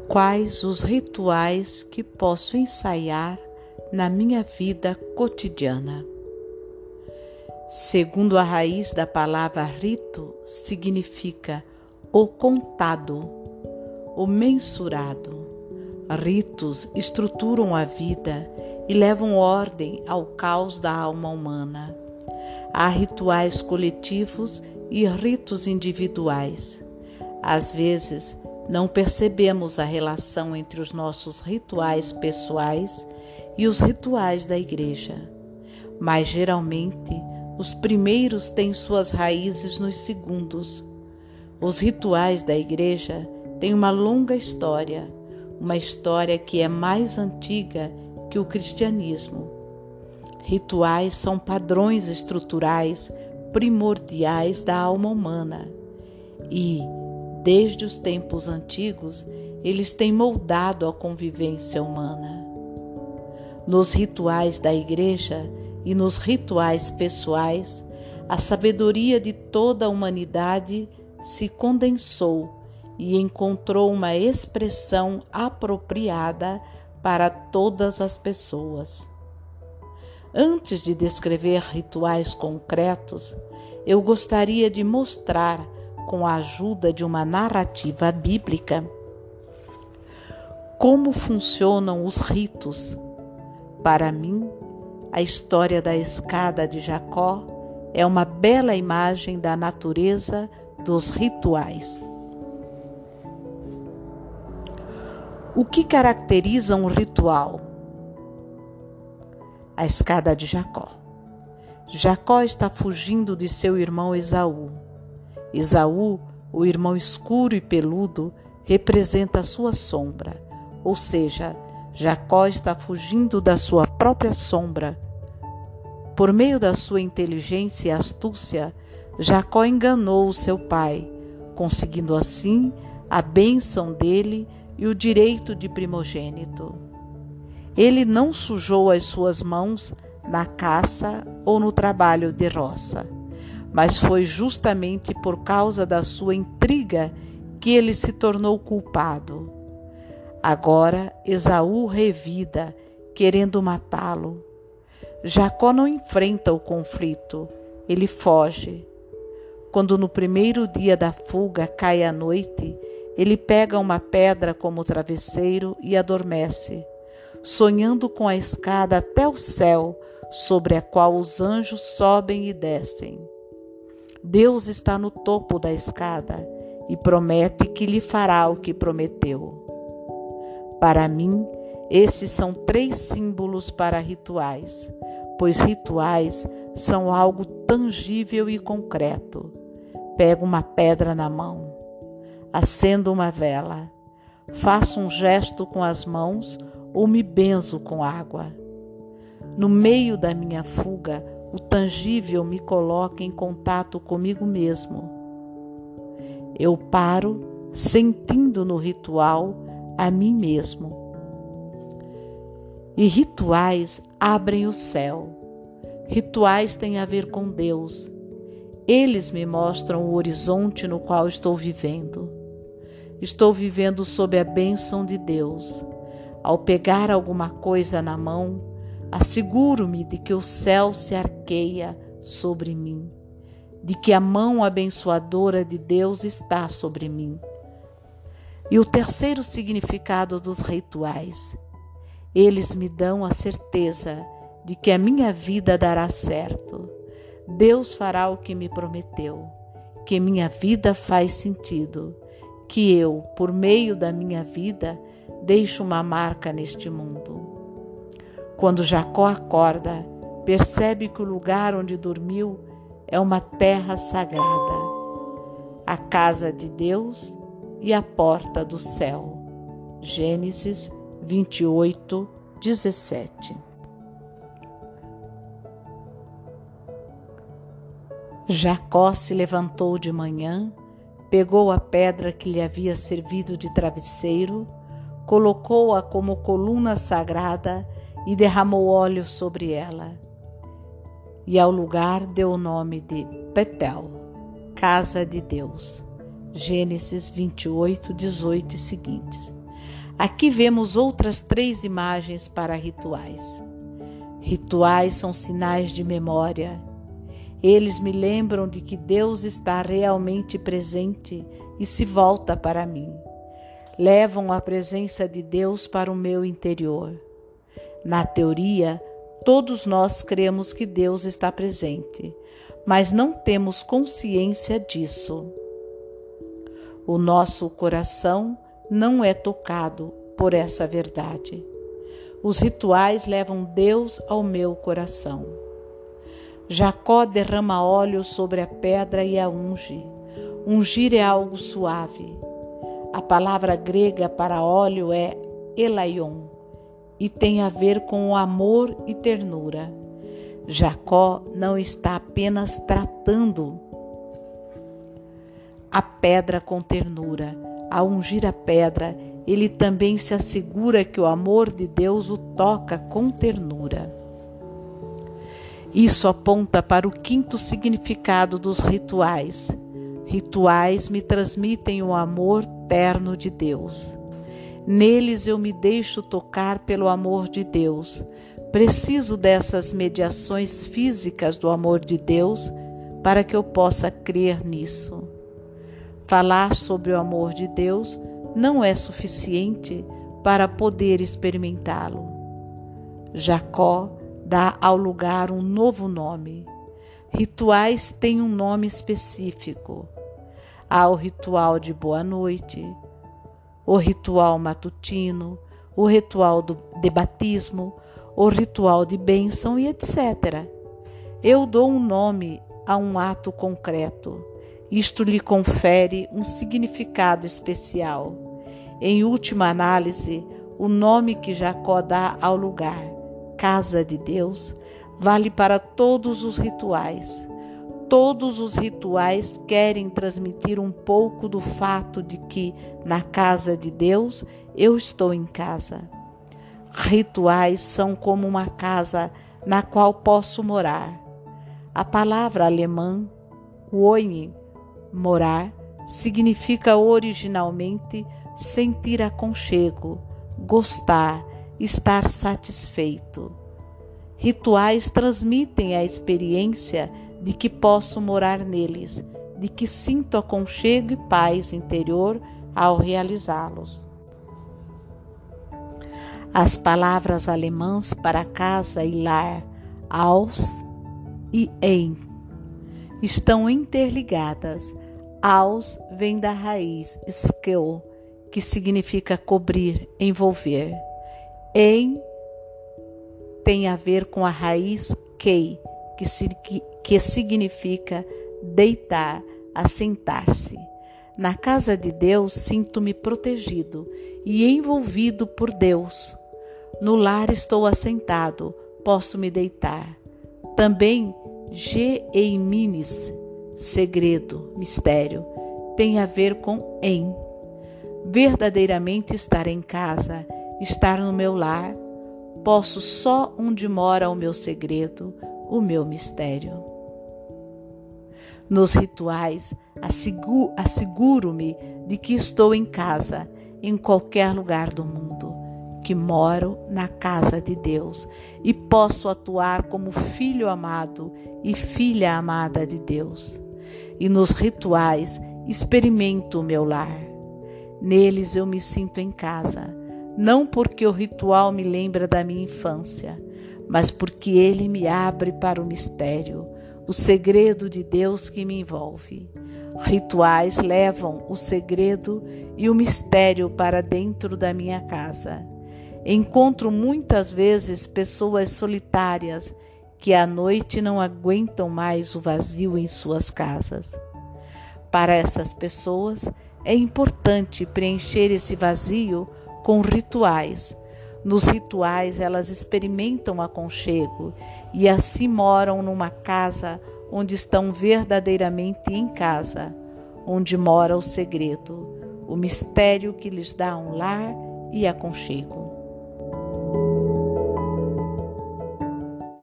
Quais os rituais que posso ensaiar na minha vida cotidiana? Segundo a raiz da palavra rito, significa o contado, o mensurado. Ritos estruturam a vida e levam ordem ao caos da alma humana. Há rituais coletivos e ritos individuais. Às vezes, não percebemos a relação entre os nossos rituais pessoais e os rituais da igreja, mas geralmente os primeiros têm suas raízes nos segundos. Os rituais da igreja têm uma longa história, uma história que é mais antiga que o cristianismo. Rituais são padrões estruturais primordiais da alma humana e, desde os tempos antigos, eles têm moldado a convivência humana. Nos rituais da igreja e nos rituais pessoais, a sabedoria de toda a humanidade se condensou e encontrou uma expressão apropriada para todas as pessoas. Antes de descrever rituais concretos, eu gostaria de mostrar, com a ajuda de uma narrativa bíblica, como funcionam os ritos. Para mim, a história da escada de Jacó é uma bela imagem da natureza dos rituais. O que caracteriza um ritual? A escada de Jacó. Jacó está fugindo de seu irmão Esaú. Esaú, o irmão escuro e peludo, representa a sua sombra, ou seja, Jacó está fugindo da sua própria sombra. Por meio da sua inteligência e astúcia, Jacó enganou o seu pai, conseguindo assim a bênção dele e o direito de primogênito. Ele não sujou as suas mãos na caça ou no trabalho de roça, mas foi justamente por causa da sua intriga que ele se tornou culpado. Agora Esaú revida, querendo matá-lo. Jacó não enfrenta o conflito, ele foge. Quando no primeiro dia da fuga cai a noite, ele pega uma pedra como travesseiro e adormece, sonhando com a escada até o céu, sobre a qual os anjos sobem e descem. Deus está no topo da escada e promete que lhe fará o que prometeu. Para mim, esses são 3 símbolos para rituais, pois rituais são algo tangível e concreto. Pego uma pedra na mão, acendo uma vela, faço um gesto com as mãos ou me benzo com água. No meio da minha fuga, o tangível me coloca em contato comigo mesmo. Eu paro, sentindo no ritual a mim mesmo. E rituais abrem o céu. Rituais têm a ver com Deus. Eles me mostram o horizonte no qual estou vivendo. Estou vivendo sob a bênção de Deus. Ao pegar alguma coisa na mão, asseguro-me de que o céu se arqueia sobre mim, de que a mão abençoadora de Deus está sobre mim. E o terceiro significado dos rituais: eles me dão a certeza de que a minha vida dará certo. Deus fará o que me prometeu, que minha vida faz sentido, que eu, por meio da minha vida, deixo uma marca neste mundo. Quando Jacó acorda, percebe que o lugar onde dormiu é uma terra sagrada, a casa de Deus e a porta do céu. Gênesis 28, 17. Jacó se levantou de manhã, pegou a pedra que lhe havia servido de travesseiro, colocou-a como coluna sagrada e derramou óleo sobre ela. E ao lugar deu o nome de Betel, casa de Deus. Gênesis 28, 18 e seguintes. Aqui vemos outras 3 imagens para rituais. Rituais são sinais de memória. Eles me lembram de que Deus está realmente presente e se volta para mim. Levam a presença de Deus para o meu interior. Na teoria, todos nós cremos que Deus está presente, mas não temos consciência disso. O nosso coração não é tocado por essa verdade. Os rituais levam Deus ao meu coração. Jacó derrama óleo sobre a pedra e a unge. Ungir é algo suave. A palavra grega para óleo é elaion e tem a ver com o amor e ternura. Jacó não está apenas tratando a pedra com ternura. Ao ungir a pedra, ele também se assegura que o amor de Deus o toca com ternura. Isso aponta para o 5º significado dos rituais. Rituais me transmitem o amor terno de Deus. Neles eu me deixo tocar pelo amor de Deus. Preciso dessas mediações físicas do amor de Deus para que eu possa crer nisso. Falar sobre o amor de Deus não é suficiente para poder experimentá-lo. Jacó dá ao lugar um novo nome. Rituais têm um nome específico. Há o ritual de boa noite, o ritual matutino, o ritual de batismo, o ritual de bênção e etc. Eu dou um nome a um ato concreto. Isto lhe confere um significado especial. Em última análise, o nome que Jacó dá ao lugar, Casa de Deus, vale para todos os rituais. Todos os rituais querem transmitir um pouco do fato de que, na casa de Deus, eu estou em casa. Rituais são como uma casa na qual posso morar. A palavra alemã, wohnen, morar, significa originalmente sentir aconchego, gostar, estar satisfeito. Rituais transmitem a experiência de que posso morar neles, de que sinto aconchego e paz interior ao realizá-los. As palavras alemãs para casa e lar, Haus e Ein, estão interligadas. Haus vem da raiz skeu, que significa cobrir, envolver. Ein tem a ver com a raiz kei, que significa deitar, assentar-se. Na casa de Deus, sinto-me protegido e envolvido por Deus. No lar estou assentado, posso me deitar. Também Geiminis, segredo, mistério, tem a ver com em. Verdadeiramente estar em casa, estar no meu lar, posso só onde mora o meu segredo, o meu mistério. Nos rituais, asseguro-me de que estou em casa, em qualquer lugar do mundo, que moro na casa de Deus e posso atuar como filho amado e filha amada de Deus. E nos rituais experimento o meu lar. Neles eu me sinto em casa, não porque o ritual me lembra da minha infância, mas porque ele me abre para o mistério, o segredo de Deus que me envolve. Rituais levam o segredo e o mistério para dentro da minha casa. Encontro muitas vezes pessoas solitárias que à noite não aguentam mais o vazio em suas casas. Para essas pessoas, é importante preencher esse vazio com rituais. Nos rituais, elas experimentam aconchego e assim moram numa casa onde estão verdadeiramente em casa, onde mora o segredo, o mistério que lhes dá um lar e aconchego.